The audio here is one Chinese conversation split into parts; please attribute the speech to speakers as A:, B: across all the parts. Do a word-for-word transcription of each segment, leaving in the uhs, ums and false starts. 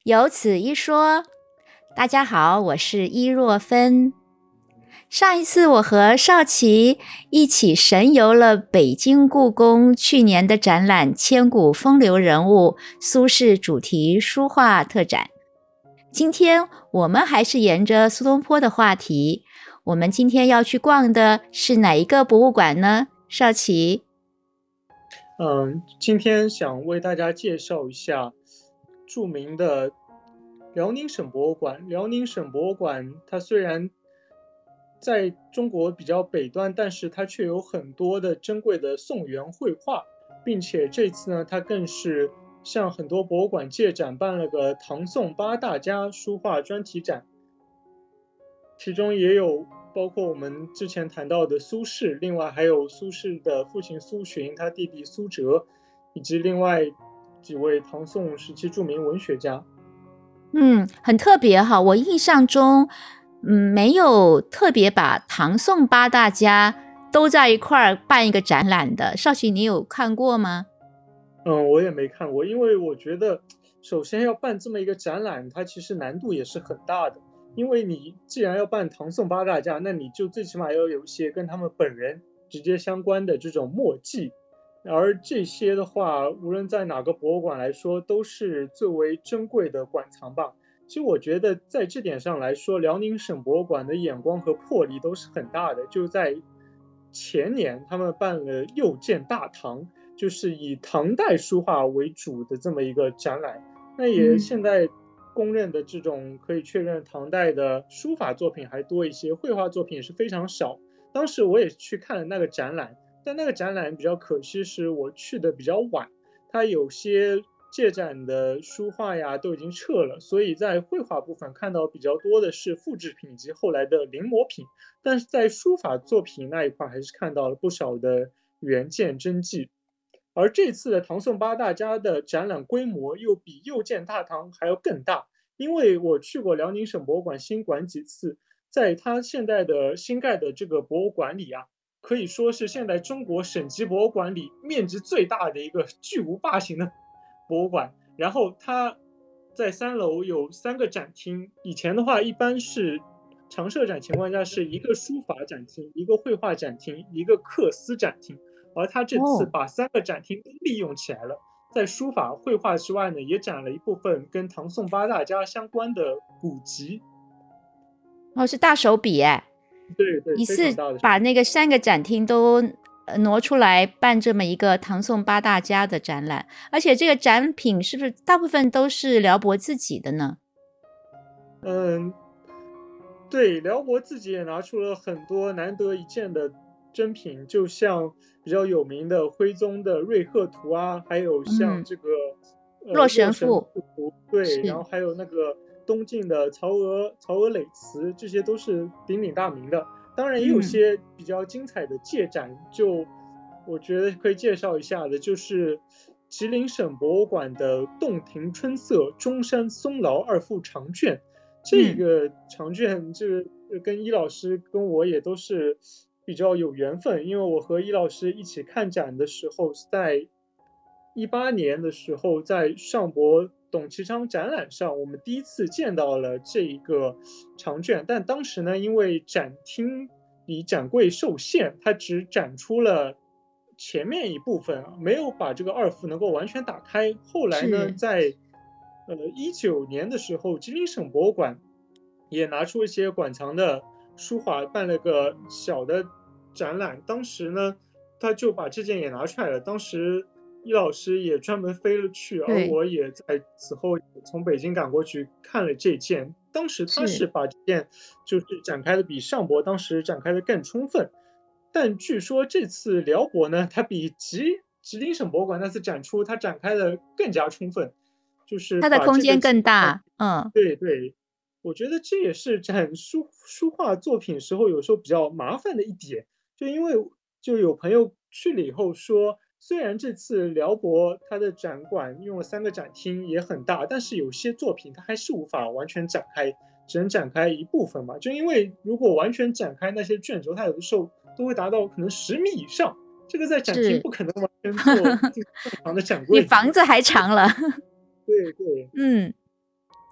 A: 有此一说。大家好，我是伊若芬。上一次我和少奇一起神游了北京故宫去年的展览千古风流人物苏轼主题书画特展。今天我们还是沿着苏东坡的话题，我们今天要去逛的是哪一个博物馆呢？少奇？
B: 嗯，今天想为大家介绍一下著名的辽宁省博物馆。辽宁省博物馆它虽然在中国比较北端，但是它却有很多的珍贵的宋元绘画，并且这次呢，它更是向很多博物馆借展办了个唐宋八大家书画专题展，其中也有包括我们之前谈到的苏轼，另外还有苏轼的父亲苏洵，他弟弟苏辙，以及另外几位唐宋时期著名文学家。
A: 嗯，很特别哈，我印象中嗯，没有特别把唐宋八大家都在一块儿办一个展览的。少奇，你有看过吗？
B: 嗯，我也没看过，因为我觉得首先要办这么一个展览，它其实难度也是很大的。因为你既然要办唐宋八大家，那你就最起码要有一些跟他们本人直接相关的这种墨迹，而这些的话，无论在哪个博物馆来说，都是最为珍贵的馆藏吧。其实我觉得在这点上来说，辽宁省博物馆的眼光和魄力都是很大的。就在前年，他们办了又见大唐，就是以唐代书画为主的这么一个展览。那也现在公认的这种可以确认唐代的书法作品还多一些，绘画作品也是非常少。当时我也去看了那个展览，但那个展览比较可惜是我去的比较晚，它有些借展的书画呀都已经撤了，所以在绘画部分看到比较多的是复制品以及后来的临摹品，但是在书法作品那一块还是看到了不少的原件真迹。而这次的唐宋八大家的展览规模又比又见大唐还要更大，因为我去过辽宁省博物馆新馆几次，在它现在的新盖的这个博物馆里啊，可以说是现在中国省级博物馆里面积最大的一个巨无霸型的博物馆。然后它在三楼有三个展厅，以前的话一般是常设展情况下是一个书法展厅、一个绘画展厅、一个缂丝展厅，而它这次
A: 哦
B: 把三个展厅都利用起来了。在书法、绘画之外呢，也展了一部分跟唐宋八大家相关的古籍。
A: 哦，是大手笔哎，
B: 对对，
A: 一次
B: 非常大的。
A: 把那个三个展厅都呃挪出来办这么一个唐宋八大家的展览，而且这个展品是不是大部分都是辽博自己的呢？
B: 嗯，对，辽博自己也拿出了很多难得一见的珍品，就像比较有名的徽宗的瑞鹤图啊，还有像
A: 嗯，
B: 这个呃
A: 洛
B: 洛神
A: 神赋
B: 赋图，对，然
A: 是
B: 后还有那个东晋的曹娥曹娥垒词，这些都是鼎鼎大名的。当然也有
A: 嗯
B: 些比较精彩的借展，就我觉得可以介绍一下的，就是吉林省博物馆的洞庭春色中山松劳二幅长卷。这
A: 嗯
B: 个长卷就是跟伊老师跟我也都是比较有缘分，因为我和伊老师一起看展的时候，在一八年的时候，在上博董其昌展览上，我们第一次见到了这一个长卷，但当时呢，因为展厅里展柜受限，它只展出了前面一部分，没有把这个二幅能够完全打开。后来呢，
A: 是
B: 在呃一九年的时候，吉林省博物馆也拿出一些馆藏的书画，办了个小的展览。当时呢，他就把这件也拿出来了。当时易老师也专门飞了去，而
A: 对
B: 我也在此后从北京赶过去看了这件。当时他
A: 是。
B: 是把这件就是展开的比上博当时展开的更充分，但据说这次辽博呢，它比吉吉林省博物馆那次展出，它展开的更加充分，就是
A: 它的
B: 把这个
A: 空间更大，嗯，
B: 对对，我觉得这也是展书书画作品时候有时候比较麻烦的一点，就因为就有朋友去了以后说，虽然这次辽博它的展馆用了三个展厅也很大，但是有些作品它还是无法完全展开，只能展开一部分嘛。就因为如果完全展开那些卷轴，它有的时候都会达到可能十米以上，这个在展厅
A: 是
B: 不可能完全做正常的展
A: 比
B: 柜。
A: 房子还长了。
B: 对对。
A: 嗯，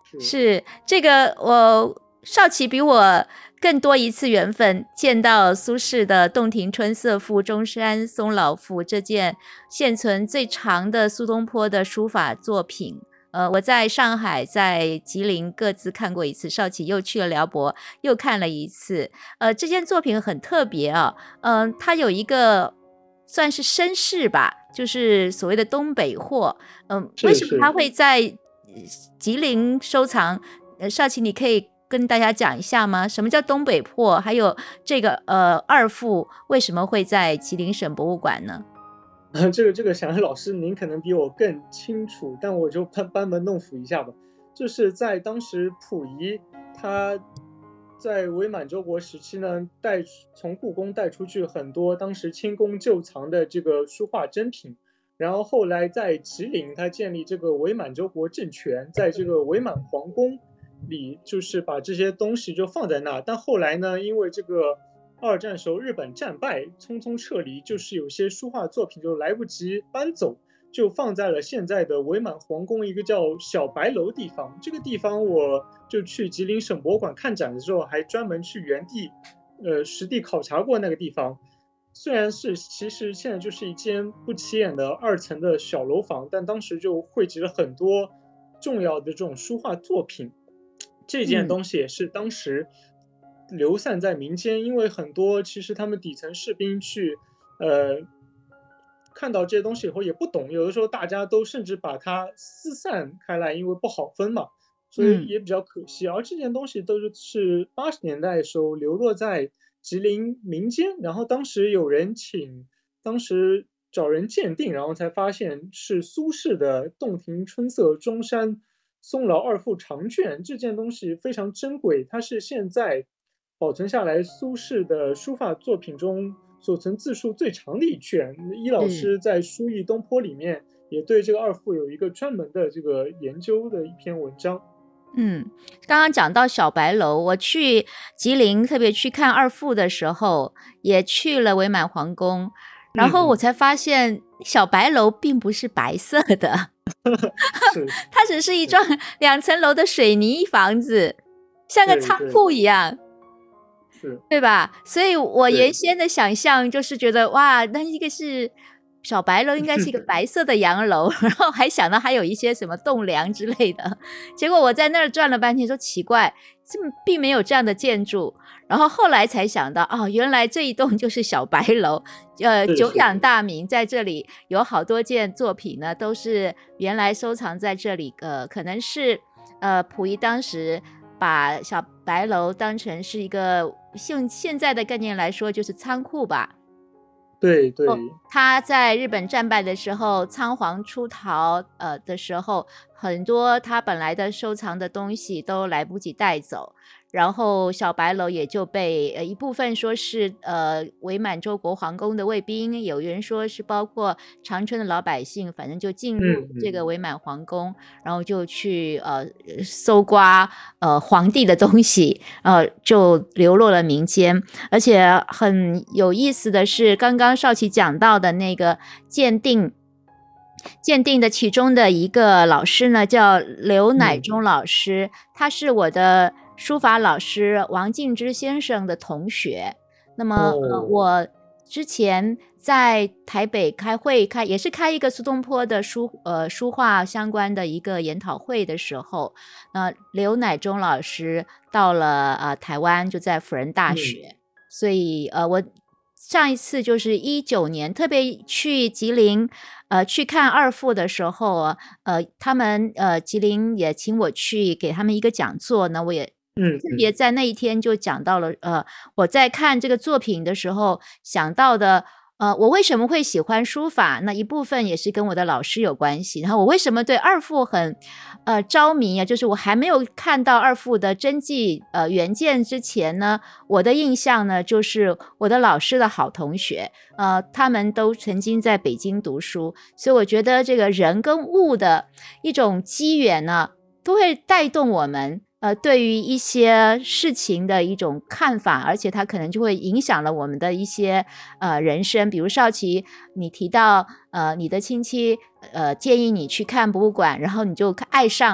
B: 是
A: 是这个，我少奇比我更多一次缘分，见到苏轼的《洞庭春色赋》中山松老赋这件现存最长的苏东坡的书法作品。呃，我在上海、在吉林各自看过一次，少奇又去了辽博，又看了一次。呃，这件作品很特别啊，嗯、呃，它有一个算是绅士吧，就是所谓的东北货。嗯、呃，为什么它
B: 是是。
A: 会在呃吉林收藏？呃，少奇，你可以跟大家讲一下吗？什么叫东北货？还有这个呃二副为什么会在吉林省博物馆呢？
B: 这个这个，想老师您可能比我更清楚，但我就班班门弄斧一下吧。就是在当时溥仪他在伪满洲国时期呢，带从故宫带出去很多当时清宫旧藏的这个书画珍品，然后后来在吉林他建立这个伪满洲国政权，在这个伪满皇宫里就是把这些东西就放在那，但后来呢，因为这个二战时候日本战败，匆匆撤离，就是有些书画作品就来不及搬走，就放在了现在的伪满皇宫一个叫小白楼地方。这个地方我就去吉林省博物馆看展的时候，还专门去原地，呃，实地考察过那个地方。虽然是其实现在就是一间不起眼的二层的小楼房，但当时就汇集了很多重要的这种书画作品。这件
A: 嗯，
B: 东西也是当时流散在民间，因为很多其实他们底层士兵去，呃，看到这些东西以后也不懂，有的时候大家都甚至把它撕散开来，因为不好分嘛，所以
A: 嗯，
B: 也比较可惜。而这件东西都是是八十年代的时候流落在吉林民间，然后当时有人请，当时找人鉴定，然后才发现是苏轼的《洞庭春色中山松劳二赋长卷》，这件东西非常珍贵，它是现在保存下来苏轼的书法作品中所存字数最长的一卷。伊老
A: 是。
B: 师在《书忆东坡》里面也对这个二赋有一个专门的这个研究的一篇文章。
A: 嗯，刚刚讲到小白楼，我去吉林，特别去看二副的时候，也去了伪满皇宫，然后我
B: 嗯嗯，
A: 才发现小白楼并不是白色的，
B: 是
A: 它只是一
B: 是，
A: 幢两层楼的水泥房子，像个仓
B: 对对
A: 库一样。
B: 是，
A: 对吧？所以我原
B: 对，
A: 先的想象就是觉得，哇，那一个是小白楼，应该是一个白色的洋楼，然后还想到还有一些什么栋梁之类的。结果我在那儿转了半天，说奇怪，这并没有这样的建筑。然后后来才想到，哦，原来这一栋就是小白楼。呃，久仰
B: 是是是，
A: 大名，在这里有好多件作品呢，都是原来收藏在这里。呃，可能是呃溥仪当时把小白楼当成是一个用现在的概念来说，就是仓库吧。
B: 对
A: 哦，
B: 对，
A: 他在日本战败的时候，仓皇出逃，呃的时候，很多他本来的收藏的东西都来不及带走，然后小白楼也就被呃一部分说是呃伪满洲国皇宫的卫兵，有人说是包括长春的老百姓，反正就进入这个
B: 嗯嗯，
A: 伪满皇宫，然后就去呃呃搜刮呃皇帝的东西，呃就流落了民间。而且很有意思的是，刚刚少奇讲到的那个鉴定，鉴定的其中的一个老师呢，叫刘乃
B: 嗯，
A: 忠老师，他是我的书法老师王敬之先生的同学。那么，呃，
B: 哦，
A: 我之前在台北开会，开也是开一个苏东坡的书呃书画相关的一个研讨会的时候，呃，刘乃忠老师到了呃台湾，就在辅仁大
B: 嗯，
A: 学，所以呃我上一次就是一九年，特别去吉林，呃，去看二副的时候啊，呃，他们呃吉林也请我去给他们一个讲座呢，我也特别
B: 嗯嗯，
A: 在那一天就讲到了，呃，我在看这个作品的时候想到的，呃，我为什么会喜欢书法？那一部分也是跟我的老师有关系。然后我为什么对二副很，呃，着迷啊？就是我还没有看到二副的真迹呃原件之前呢，我的印象呢就是我的老师的好同学，呃，他们都曾经在北京读书，所以我觉得这个人跟物的一种机缘呢，都会带动我们。呃，对于一些事情的一种看法，而且它可能就会影响了我们的一些呃人生。比如少奇，你提到呃你的亲戚呃建议你去看博物馆，然后你就爱上了，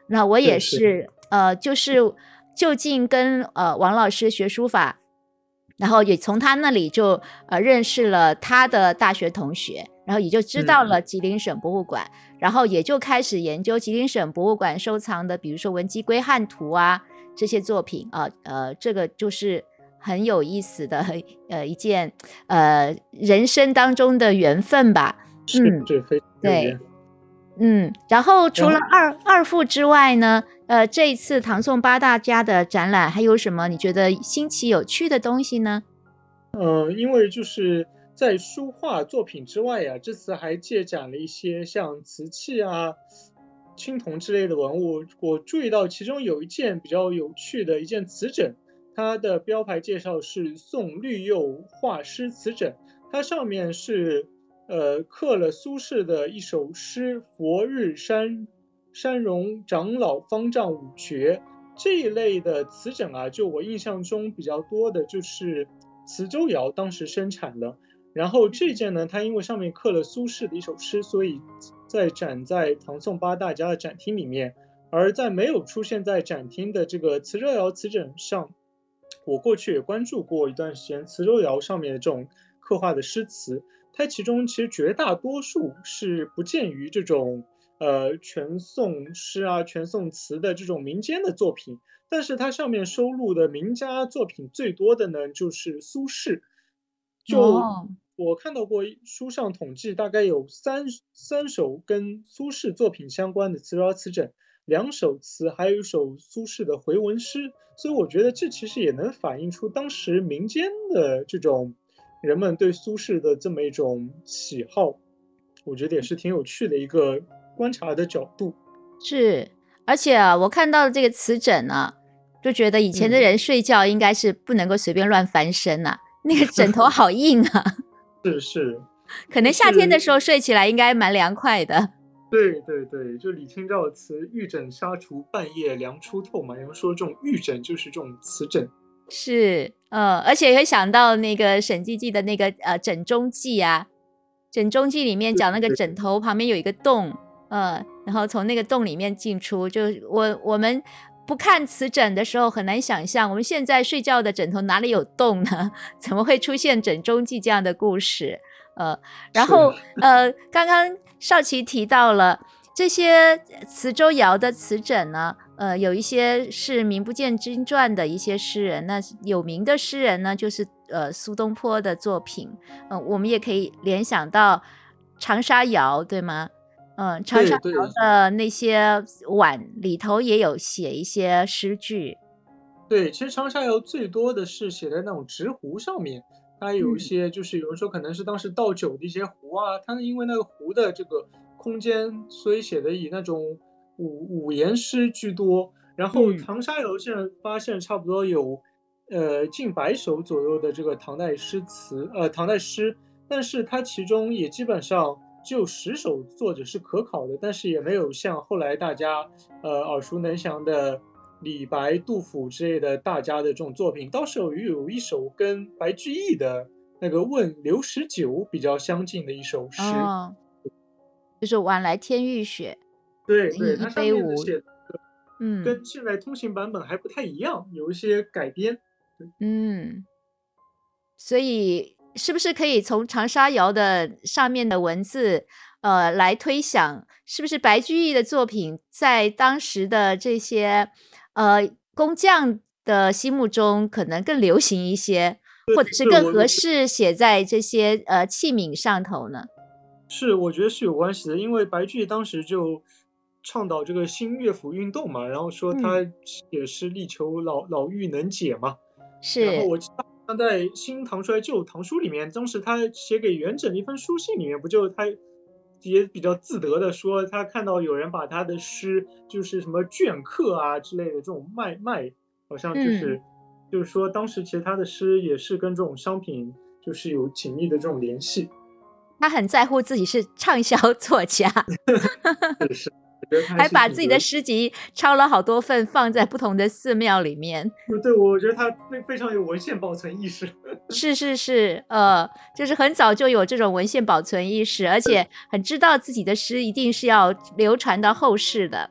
A: 那我也
B: 是
A: 是呃，就是就近跟呃王老师学书法，然后也从他那里就呃认识了他的大学同学，然后也就知道了吉林省博物馆，嗯、然后也就开始研究吉林省博物馆收藏的，比如说文姬归汉图啊这些作品啊，呃，这个就是很有意思的呃一件呃人生当中的缘分吧。
B: 是
A: 嗯，
B: 是非常有缘。
A: 嗯，然后除了二二副之外呢，呃，这一次唐宋八大家的展览还有什么你觉得新奇有趣的东西呢？
B: 嗯、呃，因为就是在书画作品之外呀，这次还借展了一些像瓷器啊、青铜之类的文物。我注意到其中有一件比较有趣的一件瓷枕，它的标牌介绍是宋绿釉画师瓷枕，它上面是呃刻了苏轼的一首诗“佛日山山容长老方丈五绝”。这一类的瓷枕啊，就我印象中比较多的就是磁州窑当时生产的。然后这件呢，它因为上面刻了苏轼的一首诗，所以在展在唐宋八大家的展厅里面。而在没有出现在展厅的这个磁州窑瓷枕上，我过去也关注过一段时间磁州窑上面的这种刻画的诗词，它其中其实绝大多数是不见于这种呃全宋诗啊、全宋词的这种民间的作品，但是它上面收录的名家作品最多的呢，就是苏轼。就
A: 哦，
B: 我看到过书上统计，大概有三三首跟苏轼作品相关的词谣词枕，两首词，还有一首苏轼的回文诗。所以我觉得这其实也能反映出当时民间的这种人们对苏轼的这么一种喜好，我觉得也是挺有趣的一个观察的角度。
A: 是，而且啊，我看到这个瓷枕啊，就觉得以前的
B: 嗯，
A: 人睡觉应该是不能够随便乱翻身啊，那个枕头好硬啊，
B: 是是，
A: 可能夏天的
B: 就是
A: 时候睡起来应该蛮凉快的。
B: 对对对，就李清照的词“玉枕纱厨半夜凉初透”嘛，人们说这种玉枕就是这种瓷枕。
A: 是，呃，而且会想到那个沈记记的那个呃枕中记啊，枕中记里面讲那个枕头旁边有一个洞，呃，然后从那个洞里面进出，就我我们不看瓷枕的时候很难想象，我们现在睡觉的枕头哪里有洞呢？怎么会出现枕中记这样的故事？呃，然后呃，刚刚少奇提到了这些磁州窑的瓷枕呢，呃，有一些是名不见经传的一些诗人，那有名的诗人呢，就是呃苏东坡的作品，嗯、呃，我们也可以联想到长沙窑，对吗？嗯、呃，长沙
B: 对对
A: 窑的那些碗里头也有写一些诗句。
B: 对，其实长沙窑最多的是写在那种直壶上面，它有一
A: 嗯
B: 些就是有人说可能是当时倒酒的一些壶啊，它因为那个壶的这个空间，所以写的以那种五五言诗居多。然后
A: 嗯
B: 长沙窑现在发现差不多有呃近百首左右的这个唐代诗词，呃唐代诗，但是它其中也基本上只有十首作者是可考的，但是也没有像后来大家呃耳熟能详的李白、杜甫之类的大家的这种作品。倒是有有一首跟白居易的那个《问刘十九》比较相近的一首诗。
A: 哦，就是晚来天欲雪，
B: 对对，
A: 一一
B: 它上
A: 杯无。
B: 面的写的
A: 嗯
B: 跟现在通行版本还不太一样，有一些改编。
A: 嗯。所以是不是可以从长沙窑的上面的文字，呃，来推想，是不是白居易的作品在当时的这些呃工匠的心目中可能更流行一些，或者是更合
B: 是我我
A: 适写在这些呃器皿上头呢？
B: 是，我觉得是有关系的，因为白居易当时就倡导这个新乐府运动嘛，然后说
A: 嗯，
B: 他写诗力求老老妪能解嘛。然后
A: 是，
B: 我记得他在《新唐书》还旧唐书里面，当时他写给元稹的一封书信里面，不就他也比较自得的说，他看到有人把他的诗就是什么镌刻啊之类的这种卖卖，好像就
A: 嗯，
B: 是就是说当时其实他的诗也是跟这种商品就是有紧密的这种联系。
A: 他很在乎自己是畅销作家。
B: 是是，我觉得他还
A: 还把自己的
B: 是挺得
A: 诗集抄了好多份放在不同的寺庙里面。
B: 对，我觉得他非非常有文献保存意识。
A: 是是是，呃，就是很早就有这种文献保存意识，而且很知道自己的诗一定是要流传到后世的，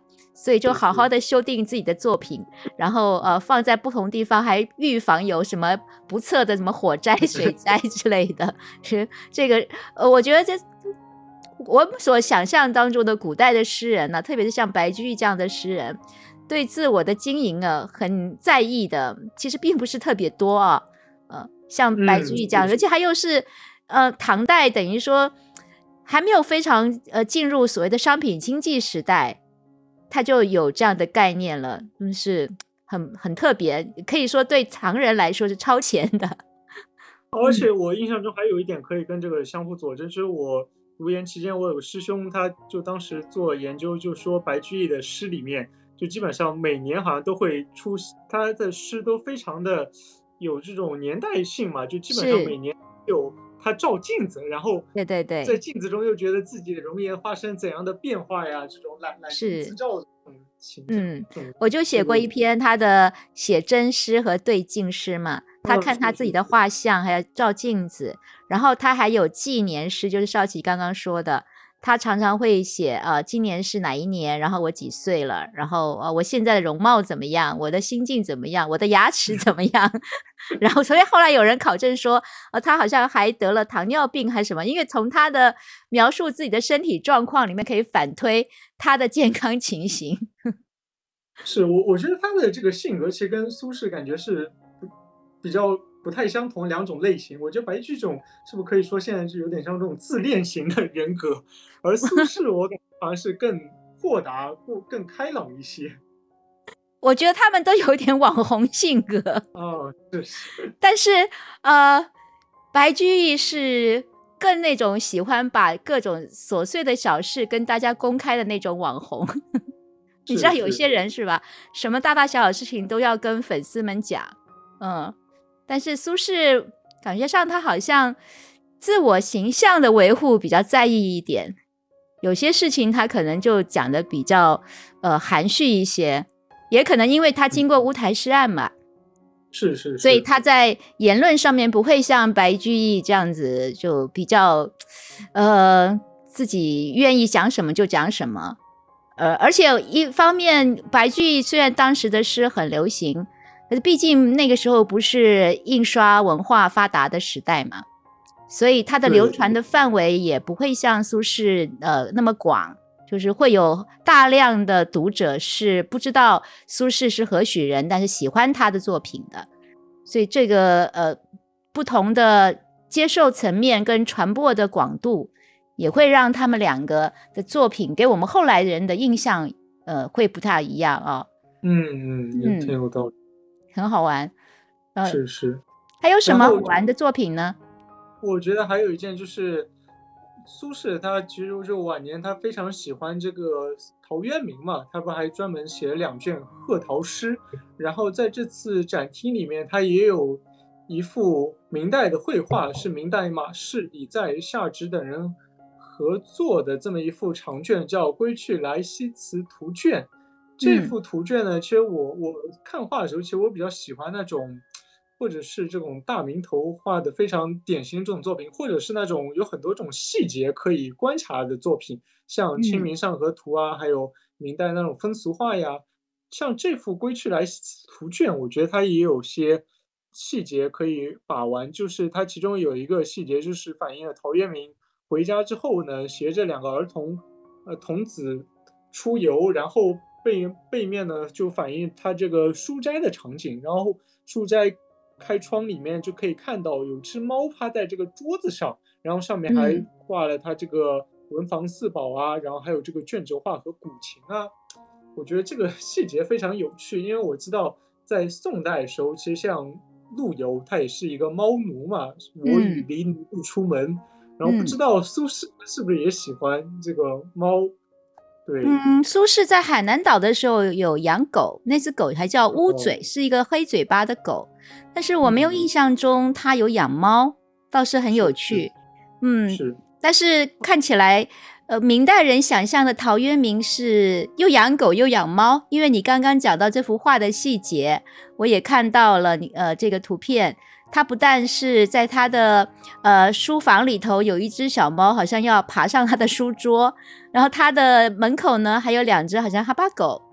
A: 所以就好好的修订自己的作品，然后呃放在不同地方，还预防有什么不测的什么火灾、水灾之类的。是这个呃，我觉得这我们所想象当中的古代的诗人呢、啊，特别是像白居易这样的诗人，对自我的经营啊很在意的，其实并不是特别多啊。呃，像白居易这样，
B: 嗯、
A: 而且他又是呃唐代，等于说还没有非常呃进入所谓的商品经济时代，他就有这样的概念了，就是很很特别，可以说对唐人来说是超前的。
B: 而且我印象中还有一点可以跟这个相互佐证，就是我读研期间，我有个师兄，他就当时做研究，就说白居易的诗里面，就基本上每年好像都会出他的诗都非常的有这种年代性嘛，就基本上每年有他照镜子，然后
A: 对对对，
B: 在镜子中又觉得自己的容颜发生怎样的变化呀，这种揽揽镜自照的这种情
A: 嗯，我就写过一篇他的写真诗和对镜诗嘛，他看他自己的画像，还有照镜子，然后他还有纪年诗，就是少奇刚刚说的，他常常会写呃，今年是哪一年，然后我几岁了，然后呃，我现在的容貌怎么样，我的心境怎么样，我的牙齿怎么样，然后所以后来有人考证说，呃，他好像还得了糖尿病还是什么，因为从他的描述自己的身体状况里面可以反推他的健康情形。
B: 是我我觉得他的这个性格其实跟苏轼感觉是比较不太相同两种类型。我觉得白居易这种是不是可以说现在是有点像这种自恋型的人格，而苏轼我感觉好像是更豁达、更开朗一些。
A: 我觉得他们都有点网红性格。
B: 哦，是是。
A: 但是呃，白居易是更那种喜欢把各种琐碎的小事跟大家公开的那种网红。你知道有些人是吧，什么大大小小事情都要跟粉丝们讲，嗯，但是苏轼感觉上他好像自我形象的维护比较在意一点，有些事情他可能就讲的比较呃含蓄一些，也可能因为他经过乌台诗案嘛，
B: 是是是，
A: 所以他在言论上面不会像白居易这样子就比较呃自己愿意讲什么就讲什么。呃，而且一方面，白居易虽然当时的诗很流行，可是毕竟那个时候不是印刷文化发达的时代嘛，所以它的流传的范围也不会像苏轼呃那么广，就是会有大量的读者是不知道苏轼是何许人，但是喜欢他的作品的，所以这个呃不同的接受层面跟传播的广度，也会让他们两个的作品给我们后来人的印象呃会不太一样啊、哦。
B: 嗯嗯，挺有道理，
A: 很好玩。呃，
B: 是是。
A: 还有什么好玩的作品呢？
B: 我觉得还有一件就是苏轼他其实就晚年他非常喜欢这个陶渊明嘛，他不还专门写了两卷贺陶诗，然后在这次展厅里面他也有一幅明代的绘画，是明代马氏、李在、夏直等人合作的这么一幅长卷，叫《归去来兮辞图卷》。这幅图卷呢，其实我我看画的时候，其实我比较喜欢那种，或者是这种大明头画的非常典型这种作品，或者是那种有很多种细节可以观察的作品，像《清明上河图》啊，还有明代那种风俗画呀。像这幅《归去来兮辞图卷》，我觉得它也有些细节可以把玩，就是它其中有一个细节，就是反映了陶渊明回家之后呢，携着两个儿童，呃，童子出游，然后背背面呢就反映他这个书斋的场景，然后书斋开窗里面就可以看到有只猫趴在这个桌子上，然后上面还挂了他这个文房四宝啊，然后还有这个卷轴画和古琴啊。我觉得这个细节非常有趣，因为我知道在宋代的时候，其实像陆游他也是一个猫奴嘛，我与狸奴不出门。然后不知道苏轼是不是也喜欢这个猫？对，
A: 嗯，苏轼在海南岛的时候有养狗，那只狗还叫乌嘴，哦、是一个黑嘴巴的狗。但是我没有印象中他有养猫，倒是很有趣。嗯，
B: 是。
A: 但是看起来，呃，明代人想象的陶渊明是又养狗又养猫，因为你刚刚讲到这幅画的细节，我也看到了你呃这个图片。他不但是在他的呃书房里头有一只小猫，好像要爬上他的书桌，然后他的门口呢还有两只好像哈巴狗，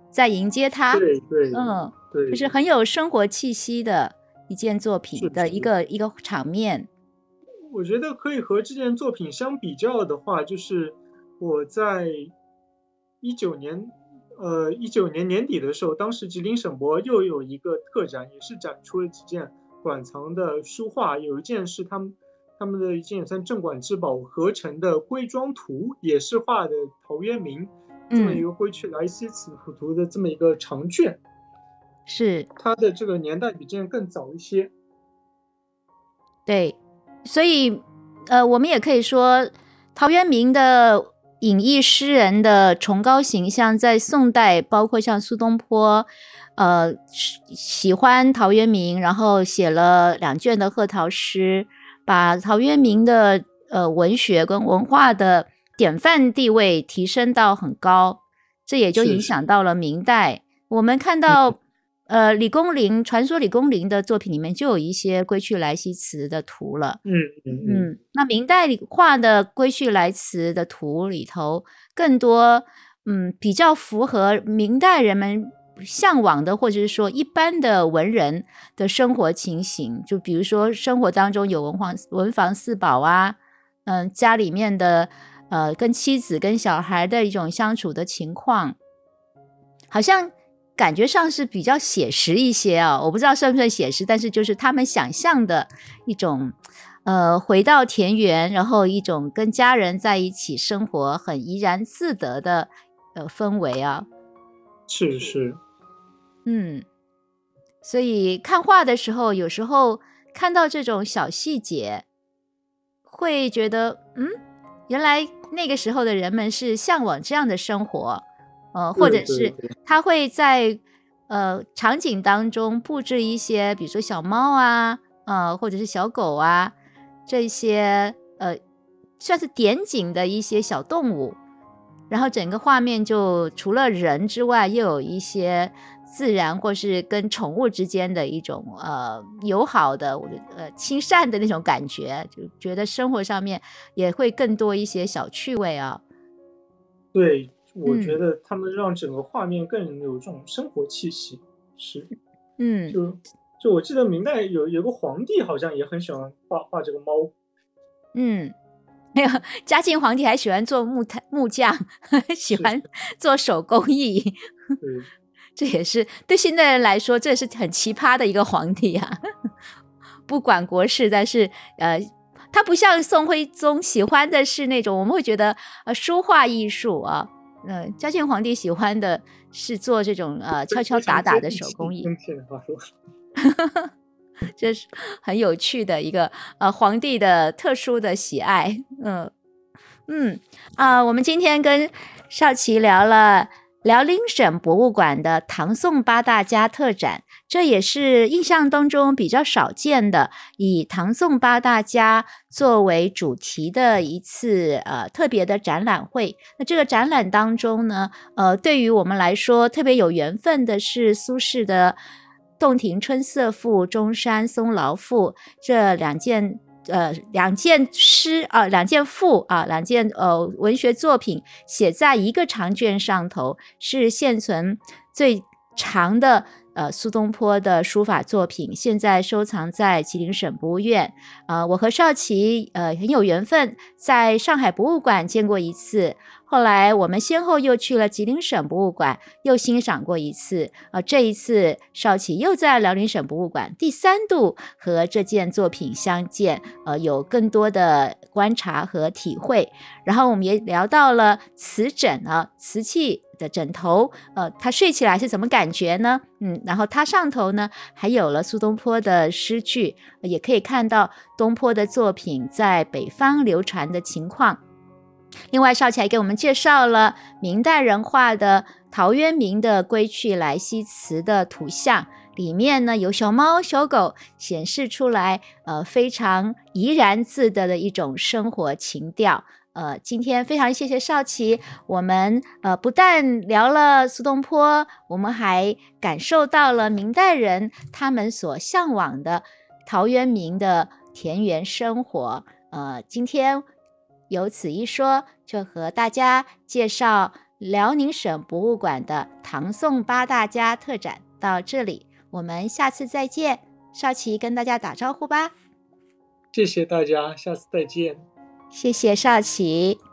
A: 在迎接他。
B: 对对
A: 嗯，
B: 对，
A: 就是很有生活气息的一件作品的一个一个场面。
B: 我觉得可以和这件作品相比较的话，就是我在一九年，呃，一九年年底的时候，当时吉林省博又有一个特展，也是展出了几件馆藏的书画，有一件是他们他们的一件也算镇馆之宝合成的龟庄图，也是画的陶渊明这么一个归去来兮辞普图的这么一个长卷，
A: 是
B: 它的这个年代比这件更早一些。
A: 对，所以呃，我们也可以说，陶渊明的隐逸诗人的崇高形象，在宋代，包括像苏东坡，呃，喜欢陶渊明，然后写了两卷的贺陶诗，把陶渊明的呃文学跟文化的典范地位提升到很高，这也就影响到了明代。我们看到。嗯呃，李公麟传说李公麟的作品里面就有一些归去来兮辞的图了。
B: 嗯嗯
A: 嗯，那明代画的归去来辞的图里头，更多嗯比较符合明代人们向往的，或者是说一般的文人的生活情形。就比如说生活当中有文房文房四宝啊，嗯，家里面的呃跟妻子跟小孩的一种相处的情况，好像。感觉上是比较写实一些啊，我不知道算不算写实，但是就是他们想象的一种，呃，回到田园，然后一种跟家人在一起生活很怡然自得的呃氛围啊。
B: 是是，
A: 嗯，所以看画的时候，有时候看到这种小细节，会觉得，嗯，原来那个时候的人们是向往这样的生活。呃，或者是他会在呃场景当中布置一些，比如说小猫啊，呃，或者是小狗啊，这些呃算是点景的一些小动物，然后整个画面就除了人之外，又有一些自然或是跟宠物之间的一种呃友好的呃亲善的那种感觉，就觉得生活上面也会更多一些小趣味啊。
B: 对。我觉得他们让整个画面更有这种生活气息，是，
A: 嗯，
B: 就就我记得明代有有个皇帝好像也很喜欢画画这个猫，
A: 嗯，没有，嘉靖皇帝还喜欢做木炭木匠，喜欢做手工艺，
B: 对，
A: 这也是对现代人来说，这是很奇葩的一个皇帝啊，不管国事，但是呃。他不像宋徽宗喜欢的是那种我们会觉得呃书画艺术啊，呃，嘉靖皇帝喜欢的是做这种呃敲敲打打的手工艺，这是很有趣的一个呃皇帝的特殊的喜爱。嗯嗯啊、呃，我们今天跟少奇聊了辽宁省博物馆的唐宋八大家特展，这也是印象当中比较少见的，以唐宋八大家作为主题的一次呃特别的展览会。那这个展览当中呢，呃，对于我们来说特别有缘分的是苏轼的《洞庭春色赋》《中山松劳赋》这两件。呃，两件诗啊、呃，两件赋啊、呃，两件呃文学作品写在一个长卷上头，是现存最长的呃苏东坡的书法作品，现在收藏在吉林省博物院。呃，我和少奇呃很有缘分，在上海博物馆见过一次。后来我们先后又去了吉林省博物馆，又欣赏过一次。呃，这一次少奇又在辽宁省博物馆第三度和这件作品相见，呃，有更多的观察和体会。然后我们也聊到了瓷枕啊，瓷器的枕头，呃，它睡起来是怎么感觉呢？嗯，然后它上头呢还有了苏东坡的诗句，也可以看到东坡的作品在北方流传的情况。另外少奇还给我们介绍了明代人画的陶渊明的归去来兮辞的图像，里面呢有小猫小狗，显示出来呃非常怡然自得的一种生活情调。呃，今天非常谢谢少奇，我们呃不但聊了苏东坡，我们还感受到了明代人他们所向往的陶渊明的田园生活。呃，今天有此一说，就和大家介绍辽宁省博物馆的唐宋八大家特展到这里，我们下次再见。少奇跟大家打招呼吧。
B: 谢谢大家，下次再见。
A: 谢谢少奇。